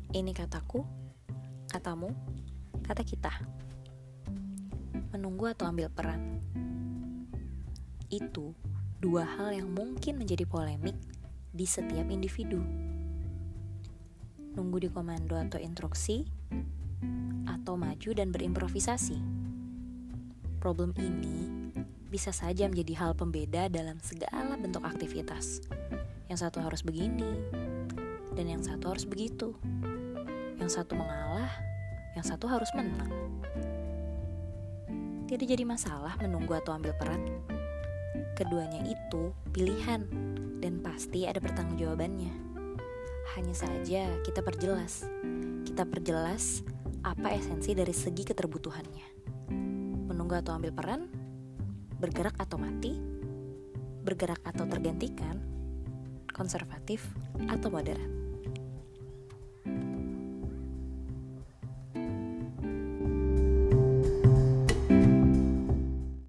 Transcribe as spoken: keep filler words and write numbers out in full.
Ini kataku, katamu, kata kita. Menunggu atau ambil peran. Itu dua hal yang mungkin menjadi polemik di setiap individu. Nunggu di komando atau instruksi, atau maju dan berimprovisasi. Problem ini bisa saja menjadi hal pembeda dalam segala bentuk aktivitas. Yang satu harus begini, dan yang satu harus begitu. Yang satu mengalah, yang satu harus menang. Tidak jadi masalah menunggu atau ambil peran. Keduanya itu pilihan, dan pasti ada pertanggungjawabannya. Hanya saja kita perjelas. Kita perjelas apa esensi dari segi keterbutuhannya. Menunggu atau ambil peran, bergerak atau mati, bergerak atau tergantikan, konservatif atau moderat.